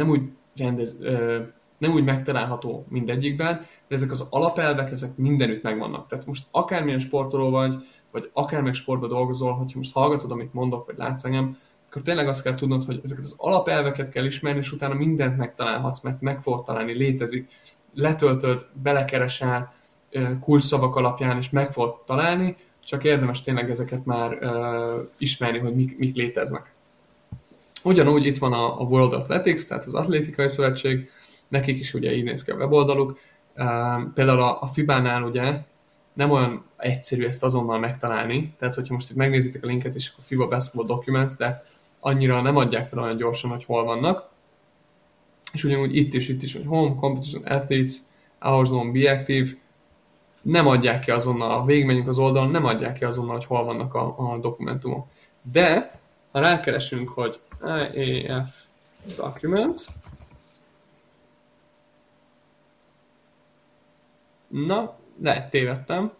nem úgy megtalálható mindegyikben, de ezek az alapelvek, ezek mindenütt megvannak. Tehát most akármilyen sportoló vagy akármilyen sportban dolgozol, hogyha most hallgatod, amit mondok, vagy látsz engem, akkor tényleg azt kell tudnod, hogy ezeket az alapelveket kell ismerni, és utána mindent megtalálhatsz, mert meg fogod találni, létezik. Letöltöd, belekeresel, kulcsszavak alapján, és meg fogod találni, csak érdemes tényleg ezeket már ismerni, hogy mik léteznek. Ugyanúgy itt van a World Athletics, tehát az atlétikai szövetség, nekik is ugye így néz ki a weboldaluk. Például a FIBA-nál ugye nem olyan egyszerű ezt azonnal megtalálni, tehát hogyha most itt megnézitek a linket is, akkor FIBA Basketball Documents, de annyira nem adják fel olyan gyorsan, hogy hol vannak. És ugyanúgy itt is, hogy Home, Competition, Athletes, Our Zone, Be Active, nem adják ki azonnal, ha végigmenjünk az oldalon, nem adják ki azonnal, hogy hol vannak a dokumentumok. De, ha rákeresünk, hogy IAF Documents, na, lehet tévedtem.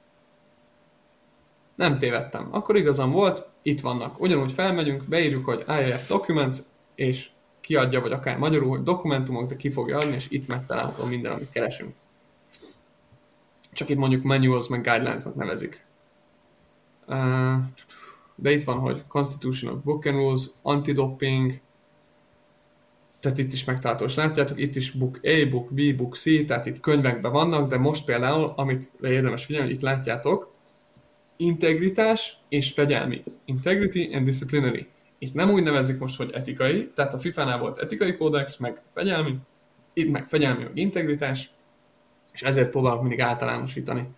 Nem tévedtem. Akkor igazam volt, itt vannak. Ugyanúgy felmegyünk, beírjuk, hogy IAF Documents, és kiadja, vagy akár magyarul, hogy dokumentumok, de ki fogja adni, és itt megtalálható minden, amit keresünk. Csak itt mondjuk manuals, meg guidelines-nak nevezik. De itt van, hogy Constitution of Book and Rules, Antidoping, tehát itt is megtalálható, és látjátok, itt is Book A, Book B, Book C, tehát itt könyvekben vannak, de most például, amit érdemes figyelni, hogy itt látjátok, integritás és fegyelmi. Integrity and disciplinary. Itt nem úgy nevezik most, hogy etikai, tehát a FIFA-nál volt etikai kódex, meg fegyelmi, itt meg fegyelmi, meg integritás, és ezért próbálok mindig általánosítani.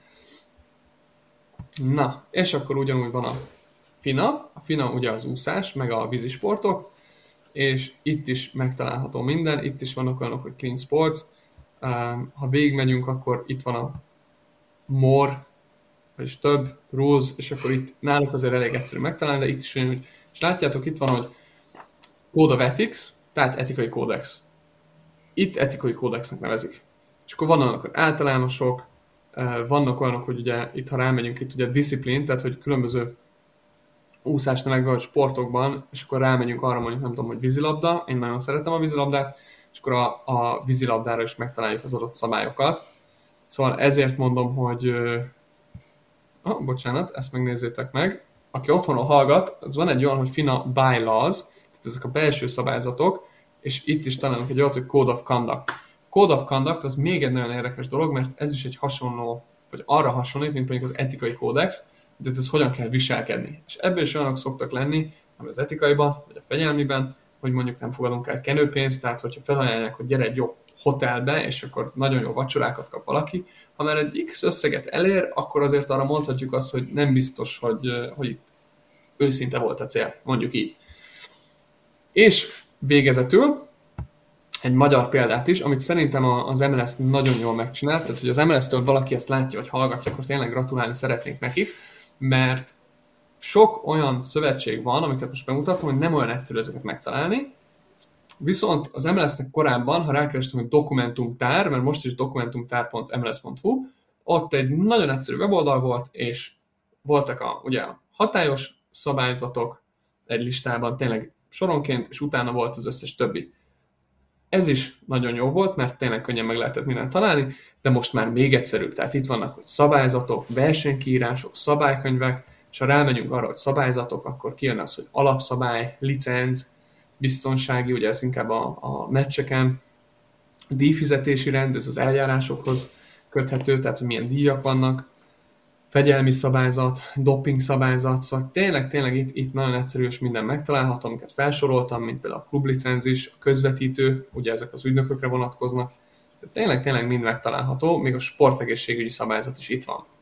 Na, és akkor ugyanúgy van a FINA. A FINA ugye az úszás, meg a vízisportok, és itt is megtalálható minden, itt is vannak olyanok, hogy Clean Sports. Ha végigmegyünk, akkor itt van a More, vagyis több, Rules, és akkor itt náluk azért elég egyszerű megtalálni, de itt is ugyanúgy. És látjátok, itt van, hogy Code of Ethics, tehát etikai kódex. Itt etikai kódexnek nevezik. És akkor vannak olyanok, hogy általánosok, vannak olyanok, hogy ugye itt, ha rámegyünk, itt ugye discipline, tehát hogy különböző úszásnevekben vagy sportokban, és akkor rámegyünk arra mondjuk, nem tudom, hogy vízilabda, én nagyon szeretem a vízilabdát, és akkor a vízilabdára is megtaláljuk az adott szabályokat. Szóval ezért mondom, hogy bocsánat, ezt megnézzétek meg. Aki otthon hallgat, az van egy olyan, hogy FINA bylaws, tehát ezek a belső szabályzatok, és itt is találunk egy olyat, hogy Code of Conduct. Code of Conduct az még egy nagyon érdekes dolog, mert ez is egy hasonló, vagy arra hasonlít, mint mondjuk az etikai kódex, tehát ez hogyan kell viselkedni. És ebből is olyanok szoktak lenni, ami az etikaiban, vagy a fegyelmiben, hogy mondjuk nem fogadunk el kenőpénzt, tehát hogyha felajánlják, hogy gyere egy jobb hotelbe, és akkor nagyon jó vacsorákat kap valaki. Ha már egy X összeget elér, akkor azért arra mondhatjuk azt, hogy nem biztos, hogy itt őszinte volt a cél, mondjuk így. És végezetül egy magyar példát is, amit szerintem az MLS nagyon jól megcsinált, tehát hogy az MLS-től valaki ezt látja, vagy hallgatja, akkor tényleg gratulálni szeretnénk nekik, mert sok olyan szövetség van, amiket most bemutattam, hogy nem olyan egyszerű ezeket megtalálni, viszont az MLS-nek korábban, ha rákerestem, hogy dokumentumtár, mert most is dokumentumtár.mls.hu, ott egy nagyon egyszerű weboldal volt, és voltak ugye a hatályos szabályzatok egy listában, tényleg soronként, és utána volt az összes többi. Ez is nagyon jó volt, mert tényleg könnyen meg lehetett mindent találni, de most már még egyszerűbb. Tehát itt vannak hogy szabályzatok, versenykiírások, szabálykönyvek, és ha rámegyünk arra, hogy szabályzatok, akkor kijön az, hogy alapszabály, licenc, biztonsági, ugye ez inkább a meccseken, díjfizetési rend, ez az eljárásokhoz köthető, tehát hogy milyen díjak vannak, fegyelmi szabályzat, doping szabályzat, szóval tényleg itt nagyon egyszerű és minden megtalálható, amiket felsoroltam, mint például a klublicenzis, a közvetítő, ugye ezek az ügynökökre vonatkoznak, tehát tényleg mind megtalálható, még a sportegészségügyi szabályzat is itt van.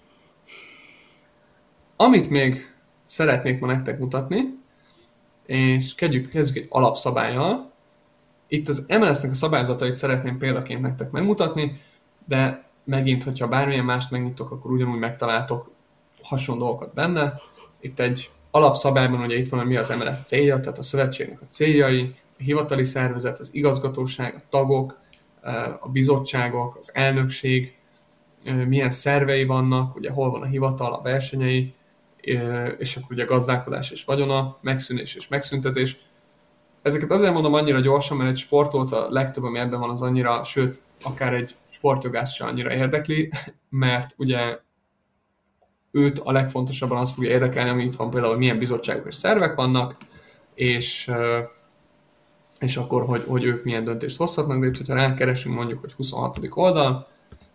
Amit még szeretnék ma nektek mutatni, és kezdjük egy alapszabállyal. Itt az MLS-nek a szabályzatait szeretném példaként nektek megmutatni, de megint, hogyha bármilyen mást megnyitok, akkor ugyanúgy megtaláltok hasonló dolgokat benne. Itt egy alapszabályban ugye itt van, hogy mi az MLS célja, tehát a szövetségnek a céljai, a hivatali szervezet, az igazgatóság, a tagok, a bizottságok, az elnökség, milyen szervei vannak, ugye hol van a hivatal, a versenyei, és akkor ugye gazdálkodás és vagyona, megszűnés és megszüntetés. Ezeket azért mondom annyira gyorsan, mert egy sportolt a legtöbb, ami ebben van, az annyira, sőt, akár egy sportjogász sem annyira érdekli, mert ugye őt a legfontosabban az fogja érdekelni, ami itt van például, hogy milyen bizottságok és szervek vannak, és akkor, hogy ők milyen döntést hozhatnak, de itt, hogyha rákeresünk mondjuk, hogy 26. oldal,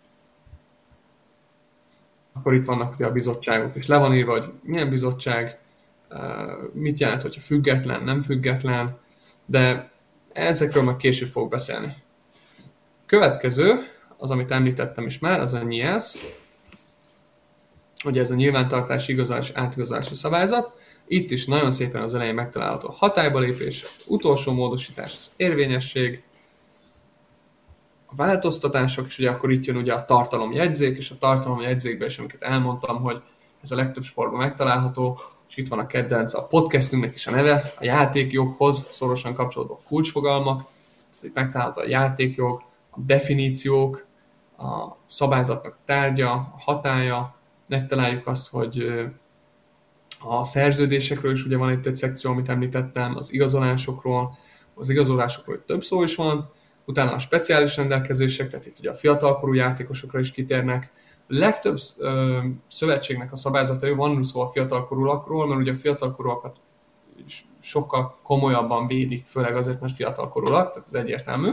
akkor itt vannak ugye a bizottságok, és le van írva, hogy milyen bizottság, mit jelent, hogyha független, nem független, de ezekről majd később fogok beszélni. Következő, az, amit említettem is már, az a NIAS, ugye ez a nyilvántartási igazolás átigazolási szabályzat. Itt is nagyon szépen az elején megtalálható a hatályba lépés, utolsó módosítás, az érvényesség, a változtatások, és ugye akkor itt jön ugye a tartalomjegyzék, és a tartalomjegyzékben is, amiket elmondtam, hogy ez a legtöbb sportban megtalálható, és itt van a kedvenc, a podcastünknek is a neve, a játékjoghoz szorosan kapcsolódó kulcsfogalmak, itt megtalálható a játékjog, a definíciók, a szabályzatnak tárgya, a hatálya, megtaláljuk azt, hogy a szerződésekről is ugye van itt egy szekció, amit említettem, az igazolásokról több szó is van, utána a speciális rendelkezések, tehát itt ugye a fiatalkorú játékosokra is kitérnek. A legtöbb szövetségnek a szabályzatai van szó a fiatalkorúakról, mert ugye a fiatalkorúakat sokkal komolyabban védik, főleg azért, mert fiatalkorúak, tehát ez egyértelmű.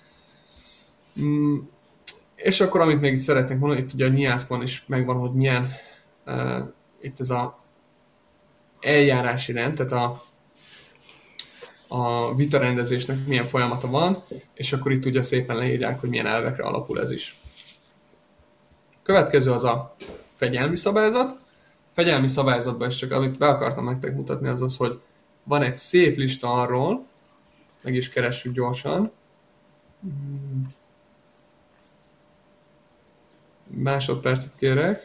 És akkor, amit még itt szeretnék mondani, itt ugye a NIAS-ban is megvan, hogy milyen itt ez a eljárási rend, tehát a vitarendezésnek milyen folyamata van, és akkor itt ugye szépen leírják, hogy milyen elvekre alapul ez is. Következő az a fegyelmi szabályzat. A fegyelmi szabályzatban is csak amit be akartam nektek mutatni, az az, hogy van egy szép lista arról, meg is keressük gyorsan. Másodpercet kérek.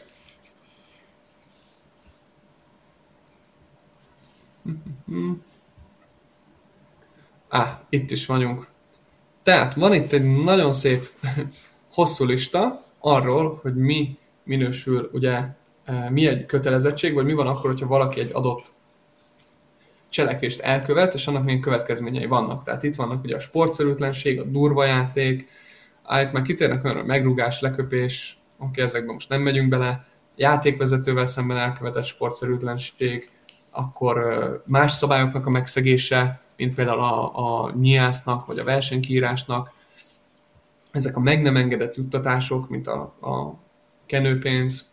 Itt is vagyunk. Tehát van itt egy nagyon szép hosszú lista arról, hogy mi minősül, ugye, mi egy kötelezettség, vagy mi van akkor, hogyha valaki egy adott cselekvést elkövet, és annak milyen következményei vannak. Tehát itt vannak ugye a sportszerűtlenség, a durva játék, itt már kitérnek olyan, hogy megrúgás, leköpés, oké, ezekben most nem megyünk bele, játékvezetővel szemben elkövetett sportszerűtlenség, akkor más szabályoknak a megszegése, mint például a NIAS-nak, vagy a versenykiírásnak, ezek a meg nem engedett juttatások, mint a kenőpénz,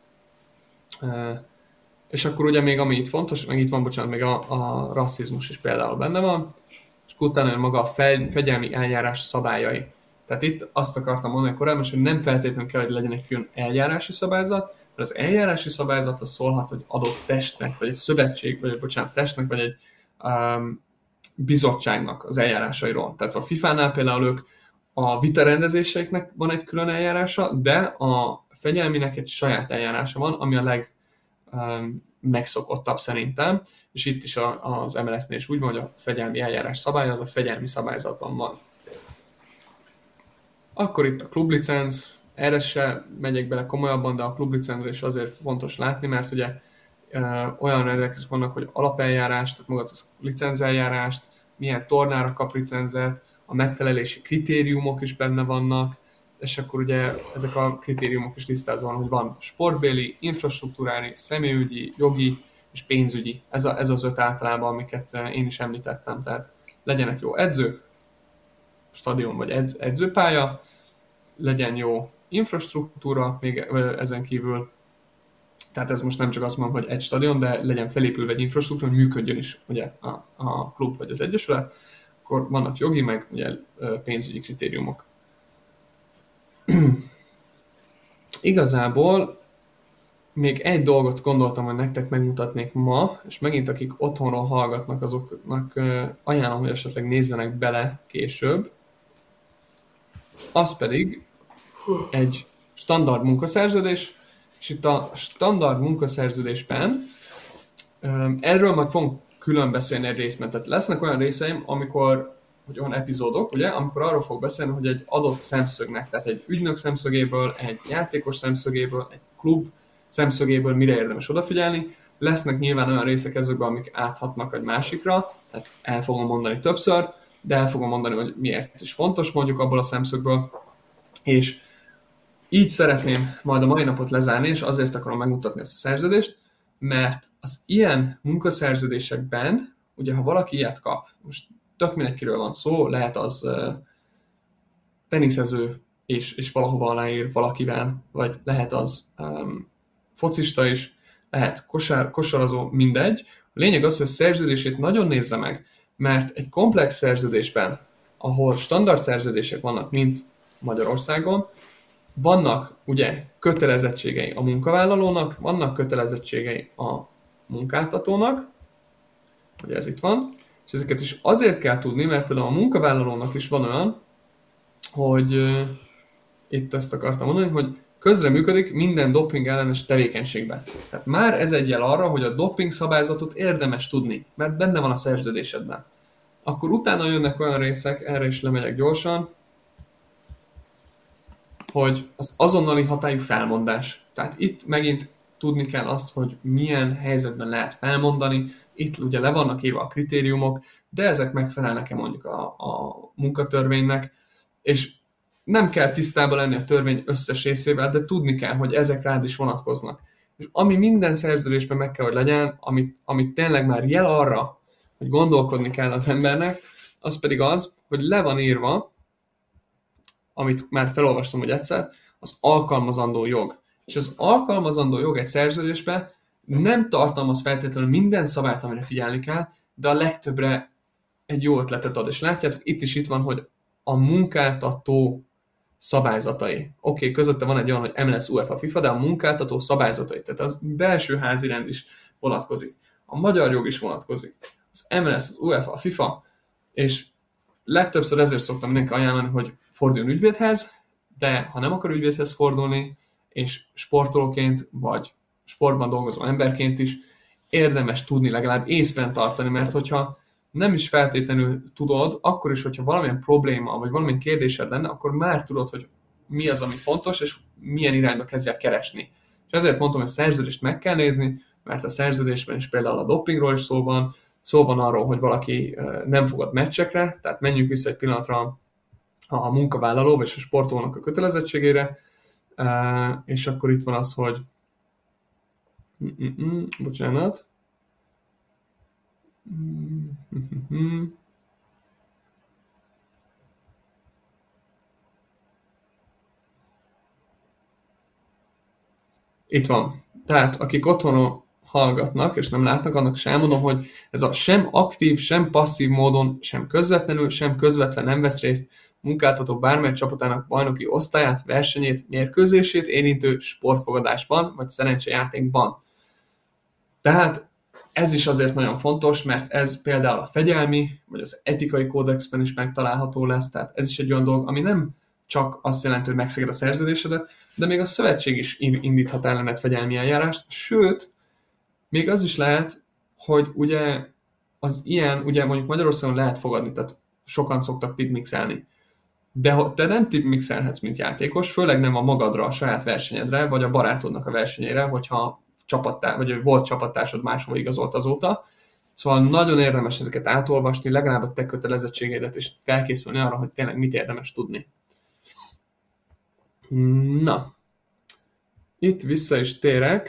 és akkor ugye még ami itt fontos, meg itt van, bocsánat, még a rasszizmus is például benne van, és utána maga a fegyelmi eljárás szabályai. Tehát itt azt akartam mondani korábban, hogy nem feltétlenül kell, hogy legyen egy külön eljárási szabályzat, mert az eljárási szabályzat az szólhat, hogy adott testnek, vagy egy szövetség, vagy testnek, vagy egy bizottságnak az eljárásairól. Tehát a FIFA-nál például ők a vitarendezéseiknek van egy külön eljárása, de a fegyelminek egy saját eljárása van, ami a megszokottabb szerintem, és itt is az MLS-nél is úgy van, hogy a fegyelmi eljárás szabálya az a fegyelmi szabályzatban van. Akkor itt a klublicenc, erre se megyek bele komolyabban, de a klublicencre is azért fontos látni, mert ugye olyan rendelkezések vannak, hogy alapeljárás, tehát magát az licenzeljárást, milyen tornára kap licenzet, a megfelelési kritériumok is benne vannak, és akkor ugye ezek a kritériumok is tisztázva van, hogy van sportbéli, infrastruktúrális, személyügyi, jogi és pénzügyi. Ez az 5 általában, amiket én is említettem. Tehát legyenek jó edzők, stadion vagy edzőpálya, legyen jó infrastruktúra, még ezen kívül, tehát ez most nem csak azt mondom, hogy egy stadion, de legyen felépülve egy infrastruktúra, hogy működjön is ugye a klub vagy az egyesület, akkor vannak jogi, meg ugye pénzügyi kritériumok. Igazából még egy dolgot gondoltam, hogy nektek megmutatnék ma, és megint akik otthonról hallgatnak, azoknak ajánlom, hogy esetleg nézzenek bele később. Az pedig egy standard munkaszerződés, és itt a standard munkaszerződésben erről majd fogunk külön beszélni egy részben. Tehát lesznek olyan részeim, hogy olyan epizódok, ugye, amikor arról fog beszélni, hogy egy adott szemszögnek, tehát egy ügynök szemszögéből, egy játékos szemszögéből, egy klub szemszögéből mire érdemes odafigyelni. Lesznek nyilván olyan részek ezekben, amik áthatnak egy másikra, tehát el fogom mondani többször, de el fogom mondani, hogy miért is fontos mondjuk abból a szemszögből. És így szeretném majd a mai napot lezárni, és azért akarom megmutatni ezt a szerződést, mert az ilyen munkaszerződésekben, ugye ha valaki ilyet kap, most tök mindegy kiről van szó, lehet az teniszező és valahova aláír valakivel, vagy lehet az focista is, lehet kosarazó, mindegy. A lényeg az, hogy a szerződését nagyon nézze meg, mert egy komplex szerződésben, ahol standard szerződések vannak, mint Magyarországon, vannak ugye kötelezettségei a munkavállalónak, vannak kötelezettségei a munkáltatónak, ugye ez itt van, és ezeket is azért kell tudni, mert például a munkavállalónak is van olyan, hogy itt ezt akartam mondani, hogy közreműködik minden doping ellenes tevékenységben. Tehát már ez egy jel arra, hogy a doping szabályzatot érdemes tudni, mert benne van a szerződésedben. Akkor utána jönnek olyan részek, erre is lemegyek gyorsan, hogy az azonnali hatályú felmondás. Tehát itt megint tudni kell azt, hogy milyen helyzetben lehet felmondani. Itt ugye le vannak írva a kritériumok, de ezek megfelelnek-e mondjuk a munkatörvénynek, és nem kell tisztában lenni a törvény összes részével, de tudni kell, hogy ezek rád is vonatkoznak. És ami minden szerződésben meg kell, hogy legyen, amit tényleg már jel arra, hogy gondolkodni kell az embernek, az pedig az, hogy le van írva, amit már felolvastam, hogy egyszer, az alkalmazandó jog. És az alkalmazandó jog egy szerződésben nem tartalmaz feltétlenül minden szabályt, amire figyelni kell, de a legtöbbre egy jó ötletet ad. És látjátok, itt van, hogy a munkáltató szabályzatai. Oké, közötte van egy olyan, hogy MLS, UEFA, FIFA, de a munkáltató szabályzatai, tehát az belső házi rend is vonatkozik. A magyar jog is vonatkozik. Az MLS, az UEFA, a FIFA, és legtöbbször ezért szoktam mindenki ajánlani, hogy forduljon ügyvédhez, de ha nem akar ügyvédhez fordulni, és sportolóként, vagy sportban dolgozó emberként is érdemes tudni legalább észben tartani, mert hogyha nem is feltétlenül tudod, akkor is, hogyha valamilyen probléma, vagy valamilyen kérdésed lenne, akkor már tudod, hogy mi az, ami fontos, és milyen irányba kezdjél keresni. És ezért mondtam, hogy a szerződést meg kell nézni, mert a szerződésben is például a dopingról is szó van arról, hogy valaki nem fogad meccsekre, tehát menjünk vissza egy pillanatra a munkavállaló vagy a sportolónak a kötelezettségére, és akkor itt van az, hogy bocsánat. Itt van. Tehát akik otthon hallgatnak és nem látnak, annak is elmondom, hogy ez a sem aktív, sem passzív módon, sem közvetlenül, sem közvetlen nem vesz részt munkáltató bármely csapatának bajnoki osztályát, versenyét, mérkőzését érintő sportfogadásban vagy szerencsejátékban. Tehát ez is azért nagyon fontos, mert ez például a fegyelmi, vagy az etikai kódexben is megtalálható lesz, tehát ez is egy olyan dolog, ami nem csak azt jelenti, hogy megszeged a szerződésedet, de még a szövetség is indíthat ellened fegyelmi eljárást, sőt, még az is lehet, hogy ugye az ilyen, ugye mondjuk Magyarországon lehet fogadni, tehát sokan szoktak tipmixelni, de te nem tipmixelhetsz, mint játékos, főleg nem a magadra, a saját versenyedre, vagy a barátodnak a versenyére, hogyha vagy volt csapattársad máshol igazolt azóta. Szóval nagyon érdemes ezeket átolvasni, legalább a te kötelezettségeidet, és felkészülni arra, hogy tényleg mit érdemes tudni. Na, itt vissza is térek.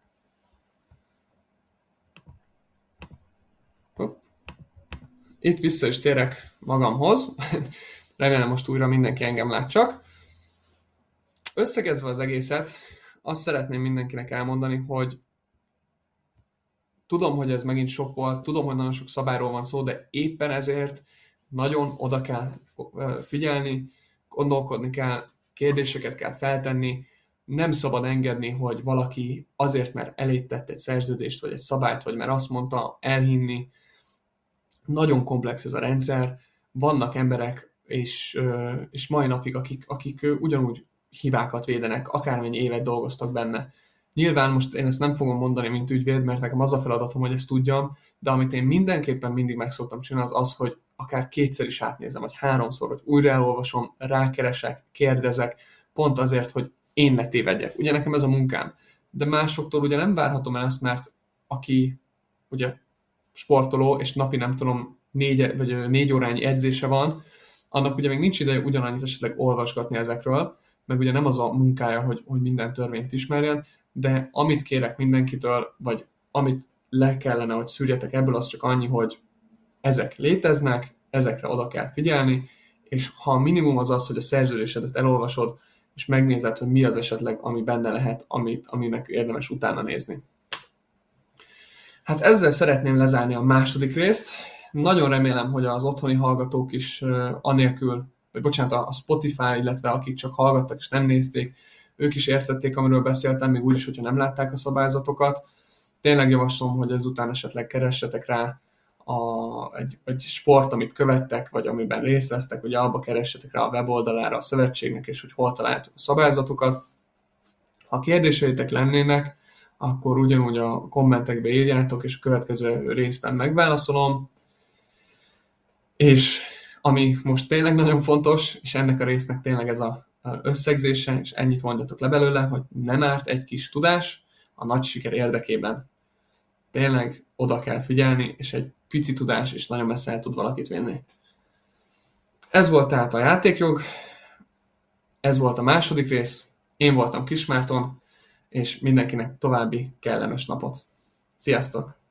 Itt vissza is térek magamhoz. Remélem most újra mindenki engem lát csak. Összegezve az egészet, azt szeretném mindenkinek elmondani, hogy tudom, hogy ez megint sok volt, tudom, hogy nagyon sok szabályról van szó, de éppen ezért nagyon oda kell figyelni, gondolkodni kell, kérdéseket kell feltenni, nem szabad engedni, hogy valaki azért, mert elétett egy szerződést, vagy egy szabályt, vagy mert azt mondta, elhinni. Nagyon komplex ez a rendszer, vannak emberek, és mai napig, akik ugyanúgy hibákat védenek, akármennyi évet dolgoztak benne. Nyilván most én ezt nem fogom mondani, mint ügyvéd, mert nekem az a feladatom, hogy ezt tudjam, de amit én mindenképpen mindig meg szoktam csinálni, az, hogy akár kétszer is átnézem, vagy háromszor, vagy újra elolvasom, rákeresek, kérdezek, pont azért, hogy én ne tévedjek. Ugye nekem ez a munkám. De másoktól ugye nem várhatom el ezt, mert aki ugye sportoló, és napi nem tudom 4 órányi edzése van, annak ugye még nincs ideje ugyanannyit esetleg olvasgatni ezekről, meg ugye nem az a munkája, hogy minden törvényt ismerjen, de amit kérek mindenkitől, vagy amit le kellene, hogy szűrjetek ebből, az csak annyi, hogy ezek léteznek, ezekre oda kell figyelni, és ha a minimum az az, hogy a szerződésedet elolvasod, és megnézed, hogy mi az esetleg, ami benne lehet, aminek érdemes utána nézni. Hát ezzel szeretném lezárni a második részt. Nagyon remélem, hogy az otthoni hallgatók is a Spotify, illetve akik csak hallgattak és nem nézték, ők is értették, amiről beszéltem, még úgyis, hogyha nem látták a szabályzatokat. Tényleg javaslom, hogy ezután esetleg keressetek rá egy sport, amit követtek, vagy amiben részt vesztek, ugye abba keressetek rá a weboldalára a szövetségnek, és hogy hol találjátok a szabályzatokat. Ha kérdéseitek lennének, akkor ugyanúgy a kommentekbe írjátok, és a következő részben megválaszolom. És ami most tényleg nagyon fontos, és ennek a résznek tényleg ez az összegzése, és ennyit mondjatok le belőle, hogy nem árt egy kis tudás a nagy siker érdekében. Tényleg oda kell figyelni, és egy pici tudás is nagyon messze el tud valakit vinni. Ez volt tehát a játékjog, ez volt a második rész, én voltam Kis Márton, és mindenkinek további kellemes napot. Sziasztok!